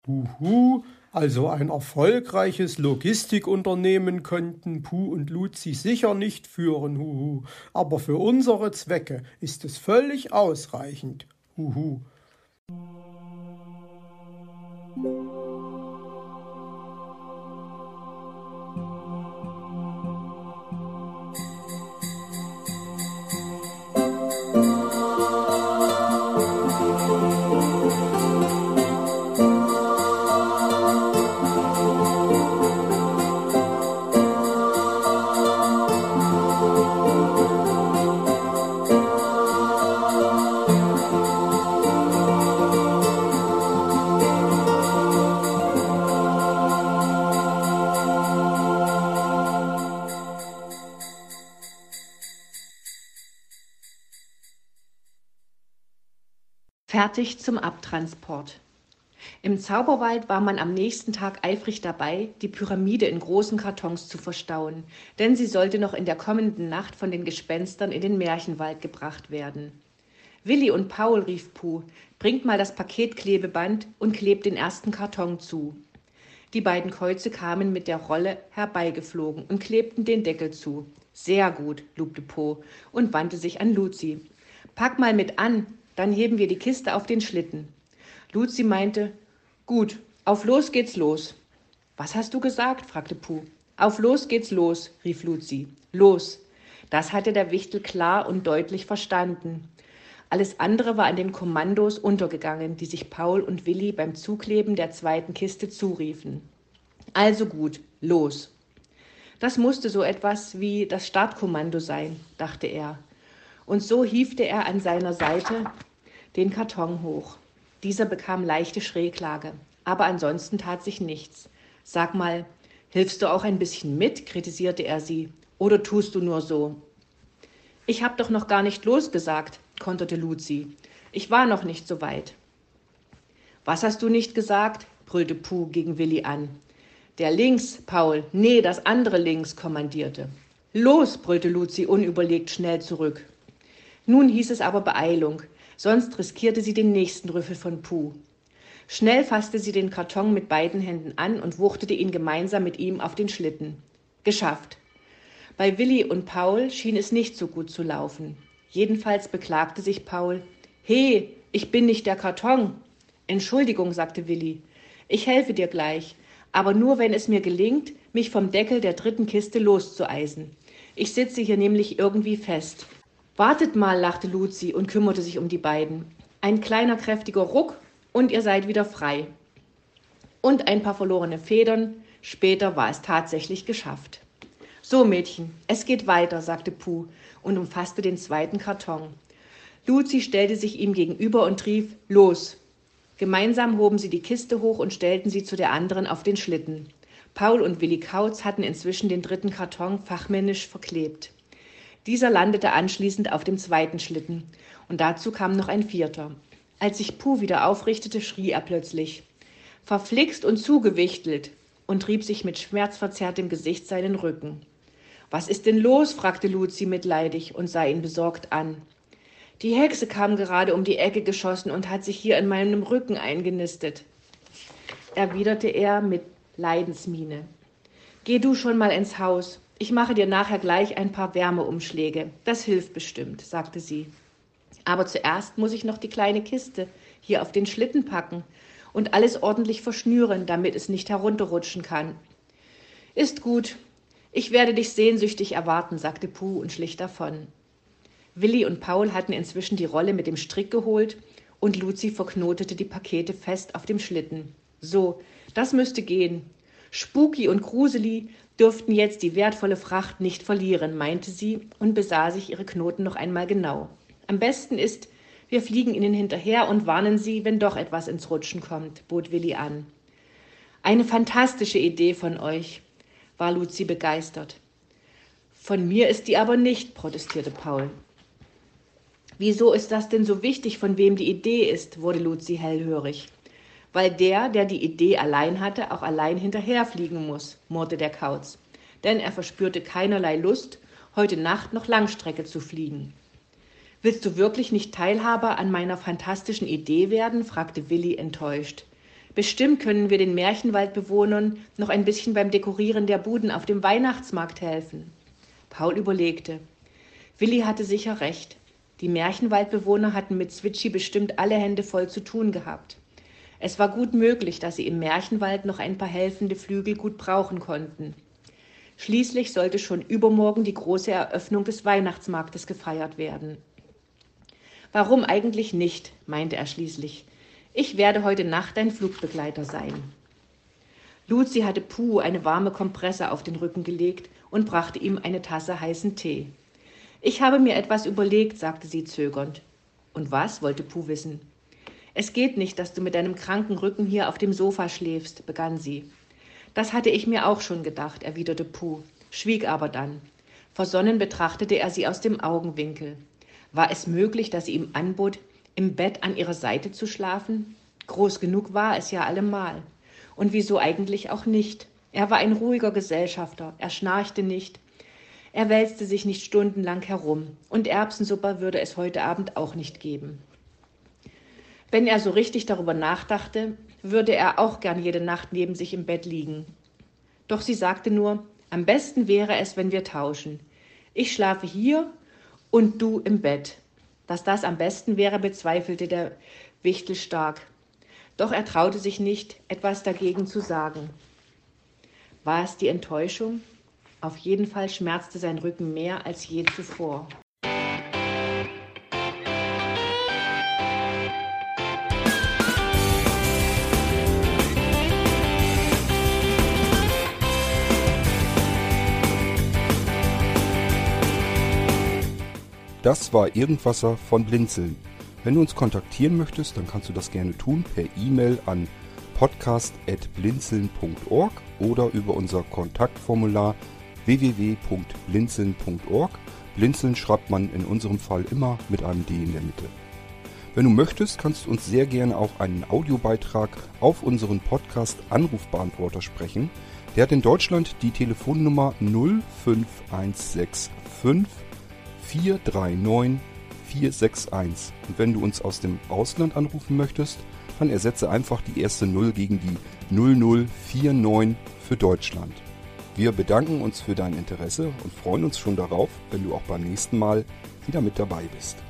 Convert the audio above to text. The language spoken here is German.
Huhu, also ein erfolgreiches Logistikunternehmen könnten Puh und Luzi sicher nicht führen, huhu. Aber für unsere Zwecke ist es völlig ausreichend, huhu. Fertig zum Abtransport. Im Zauberwald war man am nächsten Tag eifrig dabei, die Pyramide in großen Kartons zu verstauen, denn sie sollte noch in der kommenden Nacht von den Gespenstern in den Märchenwald gebracht werden. Willi und Paul, rief Puh, bringt mal das Paketklebeband und klebt den ersten Karton zu. Die beiden Käuze kamen mit der Rolle herbeigeflogen und klebten den Deckel zu. Sehr gut, lobte Po und wandte sich an Luzi. Pack mal mit an, dann heben wir die Kiste auf den Schlitten. Luzi meinte, gut, auf los geht's los. Was hast du gesagt? fragte Puh. Auf los geht's los, rief Luzi. Los. Das hatte der Wichtel klar und deutlich verstanden. Alles andere war an den Kommandos untergegangen, die sich Paul und Willi beim Zukleben der zweiten Kiste zuriefen. Also gut, los. Das musste so etwas wie das Startkommando sein, dachte er. Und so hiefte er an seiner Seite den Karton hoch. Dieser bekam leichte Schräglage, aber ansonsten tat sich nichts. Sag mal, hilfst du auch ein bisschen mit, kritisierte er sie, oder tust du nur so? Ich hab doch noch gar nicht losgesagt, konterte Luzi. Ich war noch nicht so weit. Was hast du nicht gesagt? Brüllte Puh gegen Willi an. Der links, Paul, nee, das andere links, kommandierte. Los, brüllte Luzi unüberlegt schnell zurück. Nun hieß es aber Beeilung, sonst riskierte sie den nächsten Rüffel von Puh. Schnell fasste sie den Karton mit beiden Händen an und wuchtete ihn gemeinsam mit ihm auf den Schlitten. Geschafft. Bei Willi und Paul schien es nicht so gut zu laufen. Jedenfalls beklagte sich Paul. He, ich bin nicht der Karton. Entschuldigung, sagte Willi. Ich helfe dir gleich, aber nur wenn es mir gelingt, mich vom Deckel der dritten Kiste loszueisen. Ich sitze hier nämlich irgendwie fest. Wartet mal, lachte Luzi und kümmerte sich um die beiden. Ein kleiner, kräftiger Ruck und ihr seid wieder frei. Und ein paar verlorene Federn. Später war es tatsächlich geschafft. So, Mädchen, es geht weiter, sagte Puh und umfasste den zweiten Karton. Luzi stellte sich ihm gegenüber und rief, los. Gemeinsam hoben sie die Kiste hoch und stellten sie zu der anderen auf den Schlitten. Paul und Willi Kautz hatten inzwischen den dritten Karton fachmännisch verklebt. Dieser landete anschließend auf dem zweiten Schlitten und dazu kam noch ein vierter. Als sich Puh wieder aufrichtete, schrie er plötzlich. Verflixt und zugewichtelt und rieb sich mit schmerzverzerrtem Gesicht seinen Rücken. Was ist denn los? fragte Luzi mitleidig und sah ihn besorgt an. Die Hexe kam gerade um die Ecke geschossen und hat sich hier in meinem Rücken eingenistet, erwiderte er mit Leidensmiene. Geh du schon mal ins Haus. Ich mache dir nachher gleich ein paar Wärmeumschläge. Das hilft bestimmt, sagte sie. Aber zuerst muss ich noch die kleine Kiste hier auf den Schlitten packen und alles ordentlich verschnüren, damit es nicht herunterrutschen kann. Ist gut. Ich werde dich sehnsüchtig erwarten, sagte Puh und schlich davon. Willi und Paul hatten inzwischen die Rolle mit dem Strick geholt und Luzi verknotete die Pakete fest auf dem Schlitten. So, das müsste gehen. Spooky und Gruseli dürften jetzt die wertvolle Fracht nicht verlieren, meinte sie und besah sich ihre Knoten noch einmal genau. Am besten ist, wir fliegen ihnen hinterher und warnen sie, wenn doch etwas ins Rutschen kommt, bot Willi an. Eine fantastische Idee von euch, war Luzi begeistert. Von mir ist die aber nicht, protestierte Paul. Wieso ist das denn so wichtig, von wem die Idee ist, wurde Luzi hellhörig. Weil der die Idee allein hatte, auch allein hinterherfliegen muss, murrte der Kauz. Denn er verspürte keinerlei Lust, heute Nacht noch Langstrecke zu fliegen. Willst du wirklich nicht Teilhaber an meiner fantastischen Idee werden? fragte Willi enttäuscht. Bestimmt können wir den Märchenwaldbewohnern noch ein bisschen beim Dekorieren der Buden auf dem Weihnachtsmarkt helfen. Paul überlegte. Willi hatte sicher recht. Die Märchenwaldbewohner hatten mit Switchy bestimmt alle Hände voll zu tun gehabt. Es war gut möglich, dass sie im Märchenwald noch ein paar helfende Flügel gut brauchen konnten. Schließlich sollte schon übermorgen die große Eröffnung des Weihnachtsmarktes gefeiert werden. Warum eigentlich nicht, meinte er schließlich. Ich werde heute Nacht dein Flugbegleiter sein. Luzi hatte Puh eine warme Kompresse auf den Rücken gelegt und brachte ihm eine Tasse heißen Tee. Ich habe mir etwas überlegt, sagte sie zögernd. Und was, wollte Puh wissen. Es geht nicht, dass du mit deinem kranken Rücken hier auf dem Sofa schläfst, begann sie. Das hatte ich mir auch schon gedacht, erwiderte Puh, schwieg aber dann. Versonnen betrachtete er sie aus dem Augenwinkel. War es möglich, dass sie ihm anbot, im Bett an ihrer Seite zu schlafen? Groß genug war es ja allemal. Und wieso eigentlich auch nicht? Er war ein ruhiger Gesellschafter, er schnarchte nicht, er wälzte sich nicht stundenlang herum, und Erbsensuppe würde es heute Abend auch nicht geben. Wenn er so richtig darüber nachdachte, würde er auch gern jede Nacht neben sich im Bett liegen. Doch sie sagte nur, am besten wäre es, wenn wir tauschen. Ich schlafe hier und du im Bett. Dass das am besten wäre, bezweifelte der Wichtel stark. Doch er traute sich nicht, etwas dagegen zu sagen. War es die Enttäuschung? Auf jeden Fall schmerzte sein Rücken mehr als je zuvor. Das war Irgendwasser von Blinzeln. Wenn du uns kontaktieren möchtest, dann kannst du das gerne tun per E-Mail an podcast@blinzeln.org oder über unser Kontaktformular www.blinzeln.org. Blinzeln schreibt man in unserem Fall immer mit einem D in der Mitte. Wenn du möchtest, kannst du uns sehr gerne auch einen Audiobeitrag auf unseren Podcast-Anrufbeantworter sprechen. Der hat in Deutschland die Telefonnummer 05165 439 461. Und wenn du uns aus dem Ausland anrufen möchtest, dann ersetze einfach die erste 0 gegen die 0049 für Deutschland. Wir bedanken uns für dein Interesse und freuen uns schon darauf, wenn du auch beim nächsten Mal wieder mit dabei bist.